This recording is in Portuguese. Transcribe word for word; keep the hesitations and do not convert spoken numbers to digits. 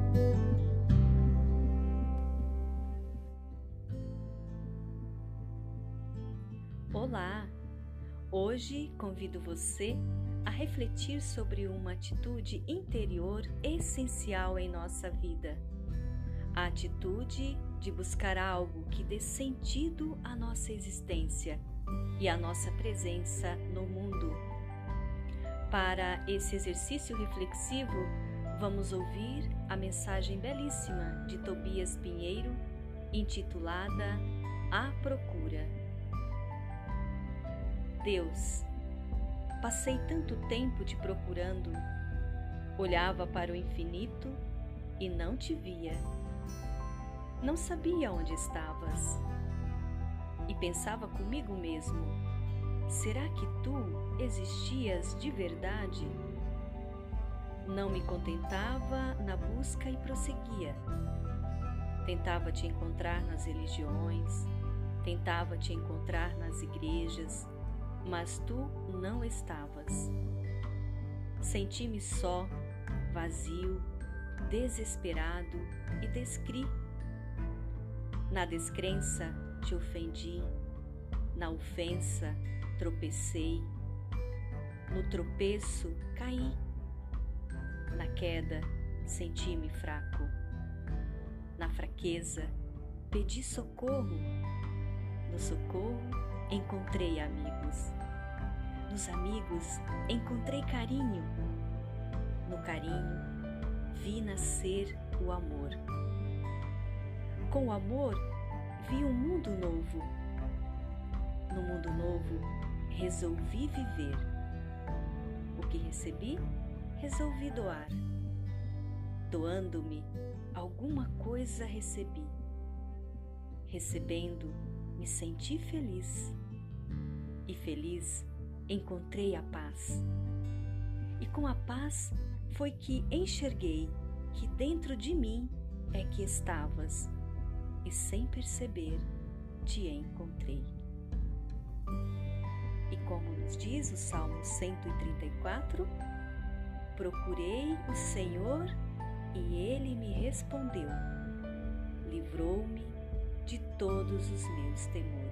Olá! Hoje convido você a refletir sobre uma atitude interior essencial em nossa vida. A atitude de buscar algo que dê sentido à nossa existência e à nossa presença no mundo. Para esse exercício reflexivo, vamos ouvir a mensagem belíssima de Tobias Pinheiro, intitulada A Procura. Deus, passei tanto tempo te procurando, olhava para o infinito e não te via. Não sabia onde estavas. E pensava comigo mesmo, será que tu existias de verdade? Não me contentava na busca e prosseguia. Tentava te encontrar nas religiões, tentava te encontrar nas igrejas, mas tu não estavas. Senti-me só, vazio, desesperado e descri. Na descrença te ofendi, na ofensa tropecei, no tropeço caí, na queda senti-me fraco, na fraqueza pedi socorro, no socorro encontrei amigos, nos amigos encontrei carinho, no carinho vi nascer o amor. Com o amor vi um mundo novo. No mundo novo resolvi viver. O que recebi, resolvi doar. Doando-me, alguma coisa recebi. Recebendo, me senti feliz. E feliz, encontrei a paz. E com a paz foi que enxerguei que dentro de mim é que estavas, e sem perceber, te encontrei. E como nos diz o Salmo cento e trinta e quatro, procurei o Senhor e Ele me respondeu, livrou-me de todos os meus temores.